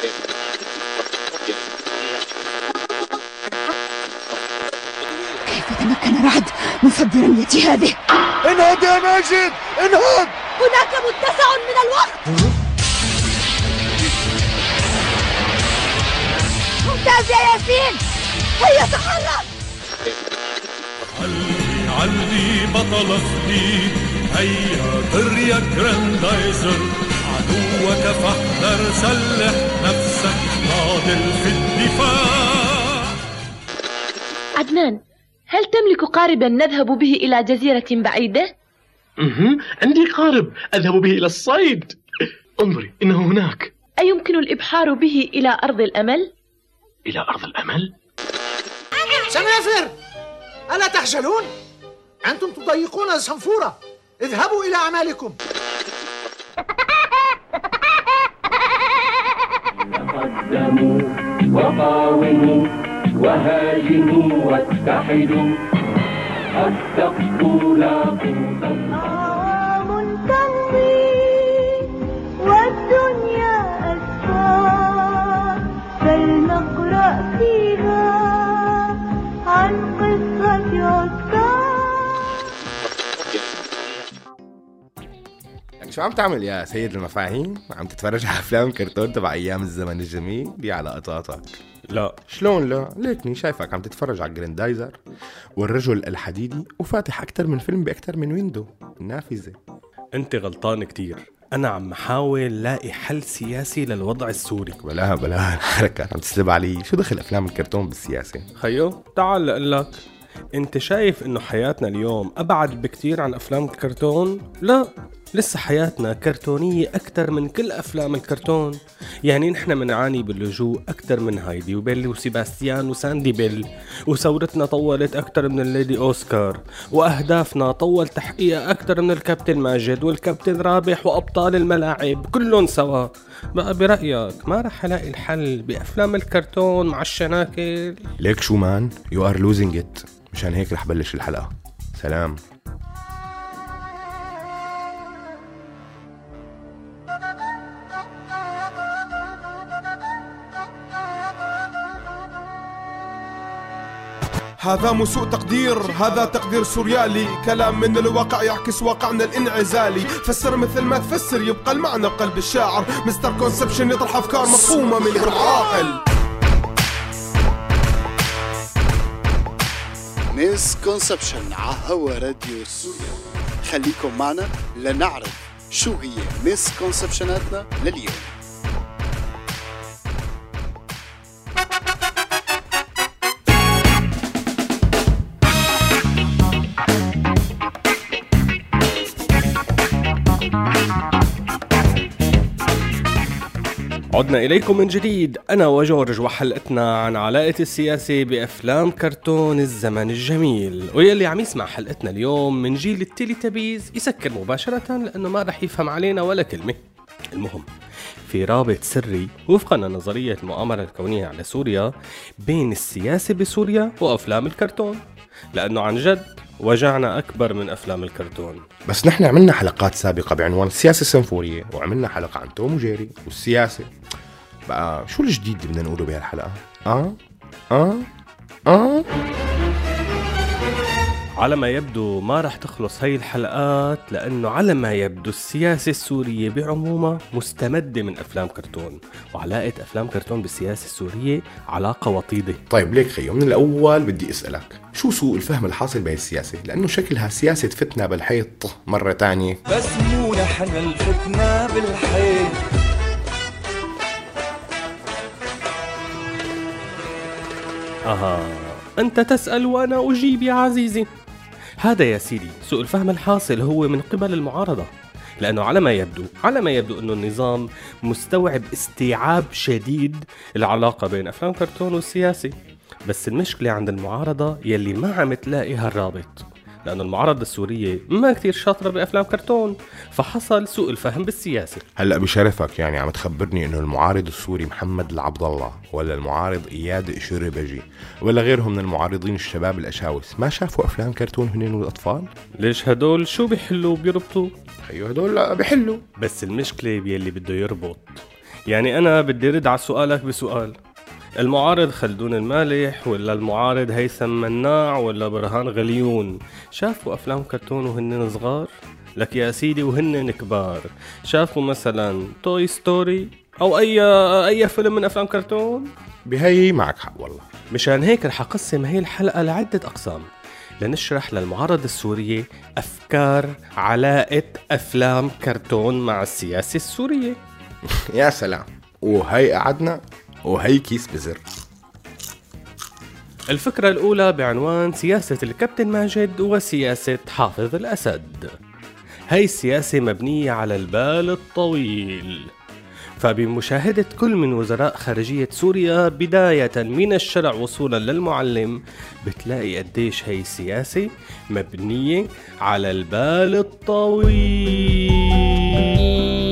كيف تمكن رعد من صد رمية هذه؟ انهض يا ماجد، انهض! هناك متسع من الوقت. ممتاز يا ياسين، هيا تحرك. علي بطل اختي، هيا طر يا جراندايزر، عدوك فاحذر، سلح نفسك، ناضل في الدفاع. عدنان، هل تملك قاربا نذهب به إلى جزيرة بعيدة؟ عندي قارب أذهب به إلى الصيد. انظري، إنه هناك. أيمكن الإبحار به إلى أرض الأمل؟ إلى أرض الأمل؟ سنافر، ألا تخجلون؟ أنتم تضيقون الصنفورة، اذهبوا إلى أعمالكم. تقدموا وقاوموا وهاجموا واتحدوا، السقف لاقوت عام تمضي والدنيا أسفار، فلنقرأ فيها عن قصة عسكر. شو عم تعمل يا سيد المفاهيم؟ عم تتفرج على افلام كرتون تبع ايام الزمن الجميل دي على قطاطك؟ لا. شلون لا؟ ليكني شايفك عم تتفرج على جراندايزر والرجل الحديدي وفاتح اكتر من فيلم باكتر من ويندو النافذة. انت غلطان كتير. انا عم حاول لاقي حل سياسي للوضع السوري. بلا حركات عم تسلب علي. شو دخل افلام الكرتون بالسياسة؟ خيو تعال لك، انت شايف انه حياتنا اليوم ابعد بكتير عن افلام الكرتون؟ لا، لسه حياتنا كرتونية أكتر من كل أفلام الكرتون. يعني نحن منعاني باللجوء أكتر من هايدي وبيل وسيباستيان وساندي بيل، وثورتنا طولت أكتر من الليدي أوسكار، وأهدافنا طول تحقيق أكتر من الكابتن ماجد والكابتن رابح وأبطال الملاعب كلهم سوا. بقى برأيك ما رح ألاقي الحل بأفلام الكرتون مع الشناكل؟ ليك شو مان، you are losing it. مشان هيك رح بلش الحلقة. سلام. هذا مو سوء تقدير، هذا تقدير سوريالي، كلام من الواقع يعكس واقعنا الانعزالي. فسر مثل ما تفسر، يبقى المعنى بقلب الشاعر. مستر كونسبشن يطرح أفكار مفهومة من غير عاقل. ميس كونسبشن على هوا راديو سوريا. خليكم معنا لنعرف شو هي ميس كونسبشناتنا لليوم. عدنا إليكم من جديد، أنا وجورج، وحلقتنا عن علاقة السياسة بأفلام كرتون الزمن الجميل. ويلي عم يسمع حلقتنا اليوم من جيل التيليتابيز يسكر مباشرة، لأنه ما رح يفهم علينا ولا كلمة. المهم، في رابط سري وفقا لنظرية المؤامرة الكونية على سوريا بين السياسة بسوريا وأفلام الكرتون، لأنه عن جد وجعنا أكبر من أفلام الكرتون. بس نحن عملنا حلقات سابقة بعنوان السياسة السنفورية، وعملنا حلقة عن توم وجيري والسياسة. بقى شو الجديد اللي بدنا نقوله بهالحلقة؟ على ما يبدو ما رح تخلص هاي الحلقات، لأنه على ما يبدو السياسة السورية بعمومها مستمدة من أفلام كرتون، وعلاقة أفلام كرتون بالسياسة السورية علاقة وطيدة. طيب ليك خيو، من الأول بدي أسألك شو سوء الفهم الحاصل بهي السياسة؟ لأنه شكلها سياسة فتنة بالحيط مرة تانية. بس مو نحن الفتنة بالحيط. أنت تسأل وأنا أجيب يا عزيزي. هذا يا سيدي سوء الفهم الحاصل هو من قبل المعارضة، لأنه على ما يبدو أنه النظام مستوعب استيعاب شديد العلاقة بين أفلام كرتون والسياسة. بس المشكلة عند المعارضة يلي ما عم تلاقي هالرابط، لأنه المعارضة السورية ما كتير شاطرة بأفلام كرتون، فحصل سوء الفهم بالسياسة. هلأ بشرفك يعني عم تخبرني إنه المعارض السوري محمد العبد الله، ولا المعارض إياد شربجي، ولا غيرهم من المعارضين الشباب الأشاوس ما شافوا أفلام كرتون هنين والأطفال؟ ليش هدول شو بيحلوا بيربطوا؟ أيوه هدول بيحلوا، بس المشكلة بيلي بده يربط. يعني أنا بدي رد على سؤالك بسؤال، المعارض خلدون المالح ولا المعارض هيثم مناع ولا برهان غليون شافوا أفلام كرتون وهن صغار؟ لك يا سيدي وهن كبار شافوا مثلا توي ستوري أو أي فيلم من أفلام كرتون؟ بهي معك حق والله. مشان هيك رح أقسم هي الحلقة لعدة أقسام لنشرح للمعارضة السورية أفكار علاقة أفلام كرتون مع السياسة السورية. يا سلام، وهي قعدنا وهي كيس بزر. الفكرة الأولى بعنوان سياسة الكابتن ماجد وسياسة حافظ الأسد. هاي السياسة مبنية على البال الطويل، فبمشاهدة كل من وزراء خارجية سوريا بداية من الشرع وصولا للمعلم بتلاقي قديش هاي السياسة مبنية على البال الطويل.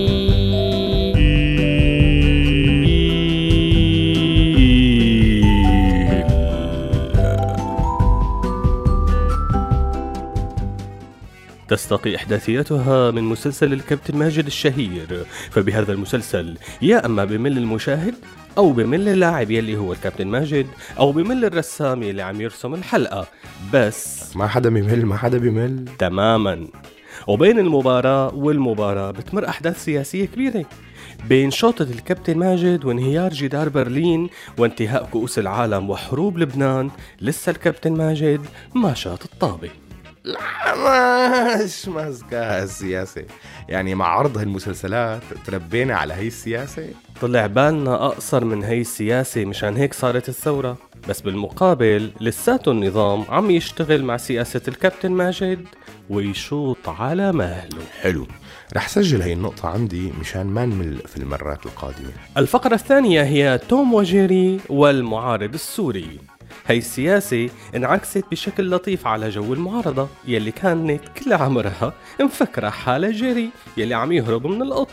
تستقي إحداثياتها من مسلسل الكابتن ماجد الشهير، فبهذا المسلسل يا أما بمل المشاهد أو بمل اللاعب يلي هو الكابتن ماجد أو بمل الرسام يلي عم يرسم الحلقة، بس ما حدا بيمل تماما. وبين المباراة والمباراة بتمر أحداث سياسية كبيرة، بين شوطة الكابتن ماجد وانهيار جدار برلين وانتهاء كؤوس العالم وحروب لبنان لسه الكابتن ماجد ما شاط الطابة. لا مش ماسكها السياسة، يعني مع عرض هالمسلسلات تربينا على هاي السياسة. طلع بالنا أقصر من هاي السياسة، مشان هيك صارت الثورة. بس بالمقابل لساته النظام عم يشتغل مع سياسة الكابتن ماجد ويشوط على مهله. حلو، رح سجل هاي النقطة عندي مشان ما نمل في المرات القادمة. الفقرة الثانية هي توم وجيري والمعارض السوري. هاي السياسة انعكست بشكل لطيف على جو المعارضة يلي كانت كل عمرها مفكرة حالة جيري يلي عم يهرب من القط.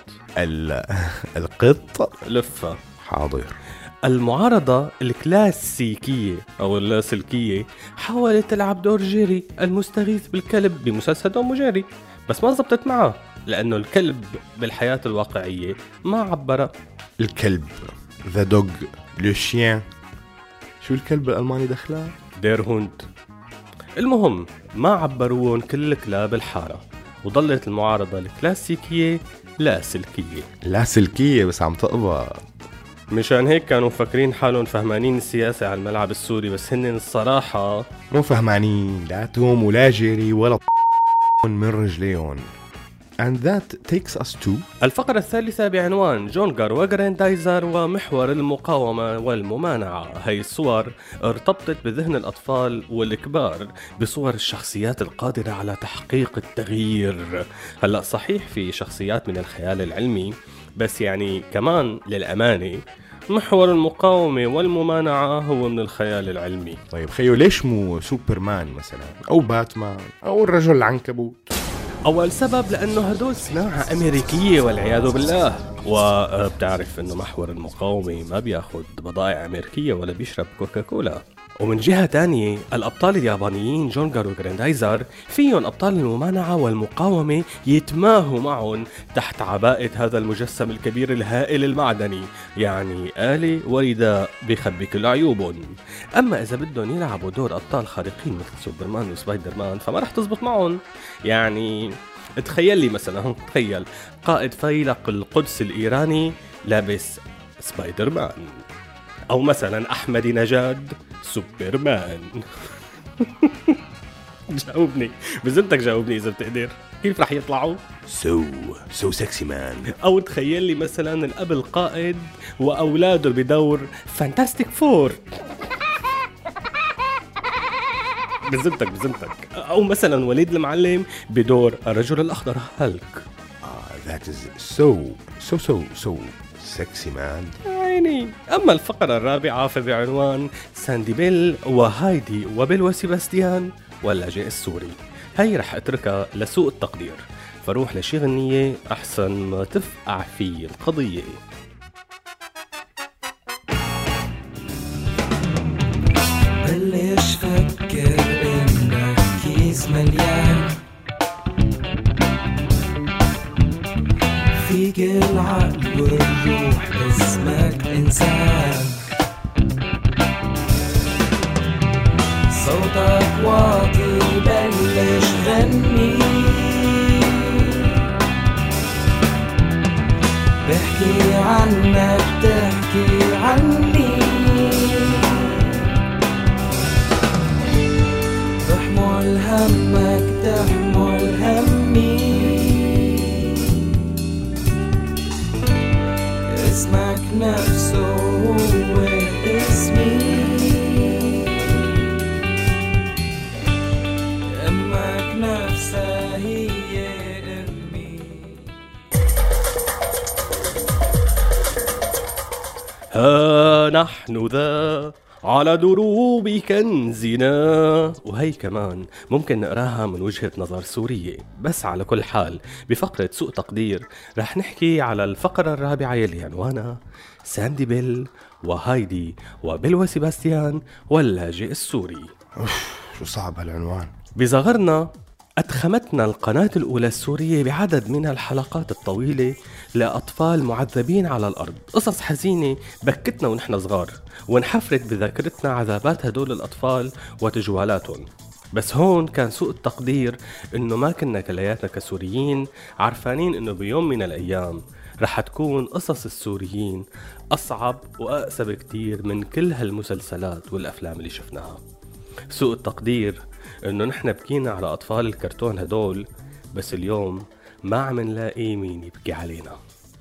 القط لفة. حاضر. المعارضة الكلاسيكية أو اللاسلكية حاولت تلعب دور جيري المستغيث بالكلب بمسلسل توم وجيري، بس ما زبطت معه لأنه الكلب بالحياة الواقعية ما عبر. الكلب ذا دوغ لو شيان، شو الكلب الألماني دخله؟ دير هوند. المهم ما عبروون كل كلاب الحارة وظلت المعارضة الكلاسيكية لاسلكية بس عم تقبض. مشان هيك كانوا فاكرين حالهم فهمانين السياسة على الملعب السوري، بس هن الصراحة مو فهمانين، لا توم ولا جيري ولا من رجليهم. And that takes us to الفقرة الثالثة بعنوان جونغر وغريندايزر ومحور المقاومة والممانعة. هاي الصور ارتبطت بذهن الأطفال والكبار بصور الشخصيات القادرة على تحقيق التغيير. هلأ صحيح في شخصيات من الخيال العلمي، بس يعني كمان للأمانة محور المقاومة والممانعة هو من الخيال العلمي. طيب خيو ليش مو سوبرمان مثلا أو باتمان أو الرجل العنكبوت؟ أول سبب لأنه هدول صناعة أمريكية والعياذ بالله، وبتعرف أنه محور المقاومة ما بياخد بضائع أمريكية ولا بيشرب كوكاكولا. ومن جهة تانية الأبطال اليابانيين جونغر وغريندايزر فيهم أبطال الممانعة والمقاومة يتماهوا معهم تحت عباءة هذا المجسم الكبير الهائل المعدني، يعني آلي ورداء بيخبي كل عيوبهم. أما إذا بدهم يلعبوا دور أبطال خارقين مثل سوبرمان وسبايدر مان فما رح تزبط معهم. يعني تخيل لي مثلا، تخيل قائد فيلق القدس الإيراني لابس سبايدر مان، أو مثلا أحمد نجاد سوبرمان. جاوبني بزنتك، جاوبني إذا بتقدر، كيف رح يطلعوا؟ سو سكسي مان. أو تخيل لي مثلا الأب القائد وأولاده بدور فانتاستيك فور. بزنتك. أو مثلا وليد المعلم بدور الرجل الأخضر هالك. That is so sexy man. عيني. أما الفقرة الرابعة فبعنوان ساندي بيل وهايدي وبيل وسيباستيان واللاجئ السوري. هاي رح أتركها لسوء التقدير، فروح لشي غنية أحسن ما تفقع في القضية. بلش فكر إنك كيس مليان فيك العقل والروح اسمك إنسان، صوتك واطي بلش غني، بحكي عنك تحكي عني، بحمل همك تحمل همي، اسمك نفسه هو اسمي، امك نفسها هي امي. ها نحن ذا على دروب كنزنا. وهي كمان ممكن نقراها من وجهة نظر سورية. بس على كل حال بفقرة سوء تقدير رح نحكي على الفقرة الرابعة يلي عنوانها ساندي بيل وهايدي وبيل وسيباستيان واللاجئ السوري. شو صعب هالعنوان. بصغرنا أدخمتنا القناة الأولى السورية بعدد من الحلقات الطويلة لأطفال معذبين على الأرض، قصص حزينة بكتنا ونحن صغار، وانحفرت بذاكرتنا عذابات هدول الأطفال وتجوالاتهم. بس هون كان سوء التقدير إنه ما كنا كلياتنا كسوريين عارفانين إنه بيوم من الأيام رح تكون قصص السوريين أصعب وأقسى بكتير من كل هالمسلسلات والأفلام اللي شفناها. سوء التقدير إنه نحن بكينا على أطفال الكرتون هدول، بس اليوم ما عم نلاقي مين يبكي علينا.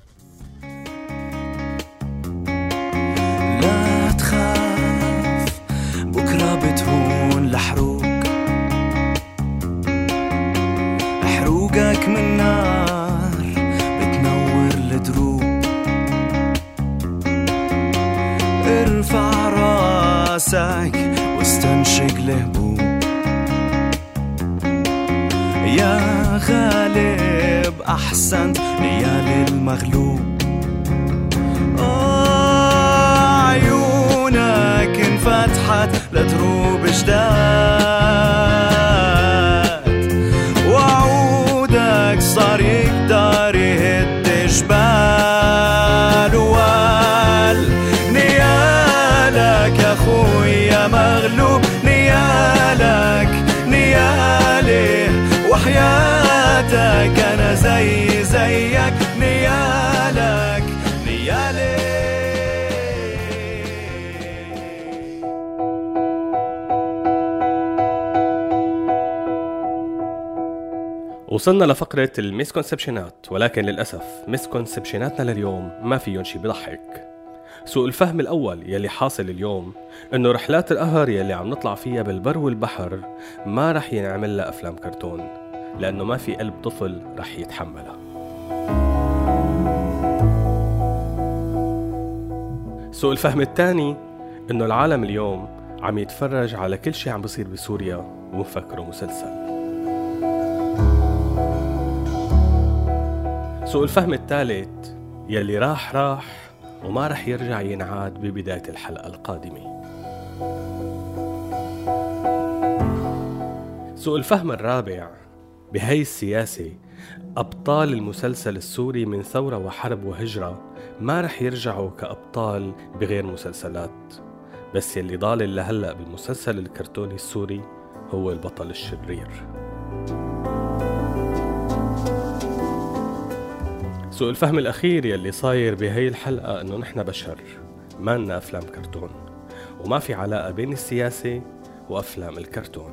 لا تخاف بكرة بتهون لحروق، حروقك من نار بتنور الدروب، ارفع راسك واستنشق الهبوب، يا غالب أحسنت ليالي المغلوب. عيونك انفتحت لدروب جداد، وعودك صار يقدر يهد جبال، نيالك يا خويا مغلوب، نيالك نيالي وحياتك أنا زيك، نيالك نيالي. وصلنا لفقرة الميسكونسبشنات، ولكن للأسف ميسكونسبشناتنا لليوم ما فيهم شي بضحك. سوء الفهم الأول يلي حاصل اليوم إنه رحلات القهر يلي عم نطلع فيها بالبر والبحر ما رح ينعمل لها أفلام كرتون، لأنه ما في قلب طفل رح يتحملها. سوء الفهم الثاني إنه العالم اليوم عم يتفرج على كل شيء عم بصير بسوريا ومفكره مسلسل. سوء الفهم الثالث يلي راح وما رح يرجع ينعاد ببداية الحلقة القادمة. سوء الفهم الرابع بهي السياسة، أبطال المسلسل السوري من ثورة وحرب وهجرة ما رح يرجعوا كأبطال بغير مسلسلات، بس يلي ضال لهلأ بالمسلسل الكرتوني السوري هو البطل الشرير. سوء الفهم الأخير يلي صاير بهي الحلقة إنه نحن بشر ما لنا أفلام كرتون، وما في علاقة بين السياسة وأفلام الكرتون.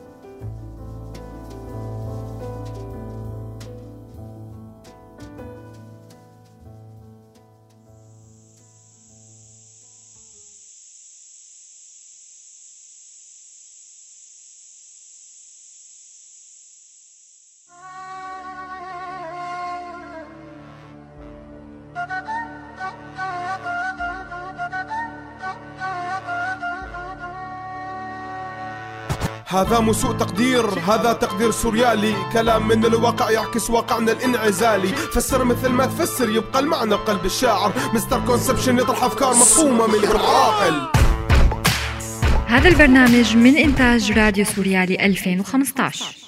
هذا مو سوء تقدير، هذا تقدير سوريالي، كلام من الواقع يعكس واقعنا الانعزالي. فسر مثل ما تفسر يبقى المعنى بقلب الشاعر. مستر كونسبشن يطرح افكار مفهومه من العاقل. هذا البرنامج من انتاج راديو سوريالي 2015.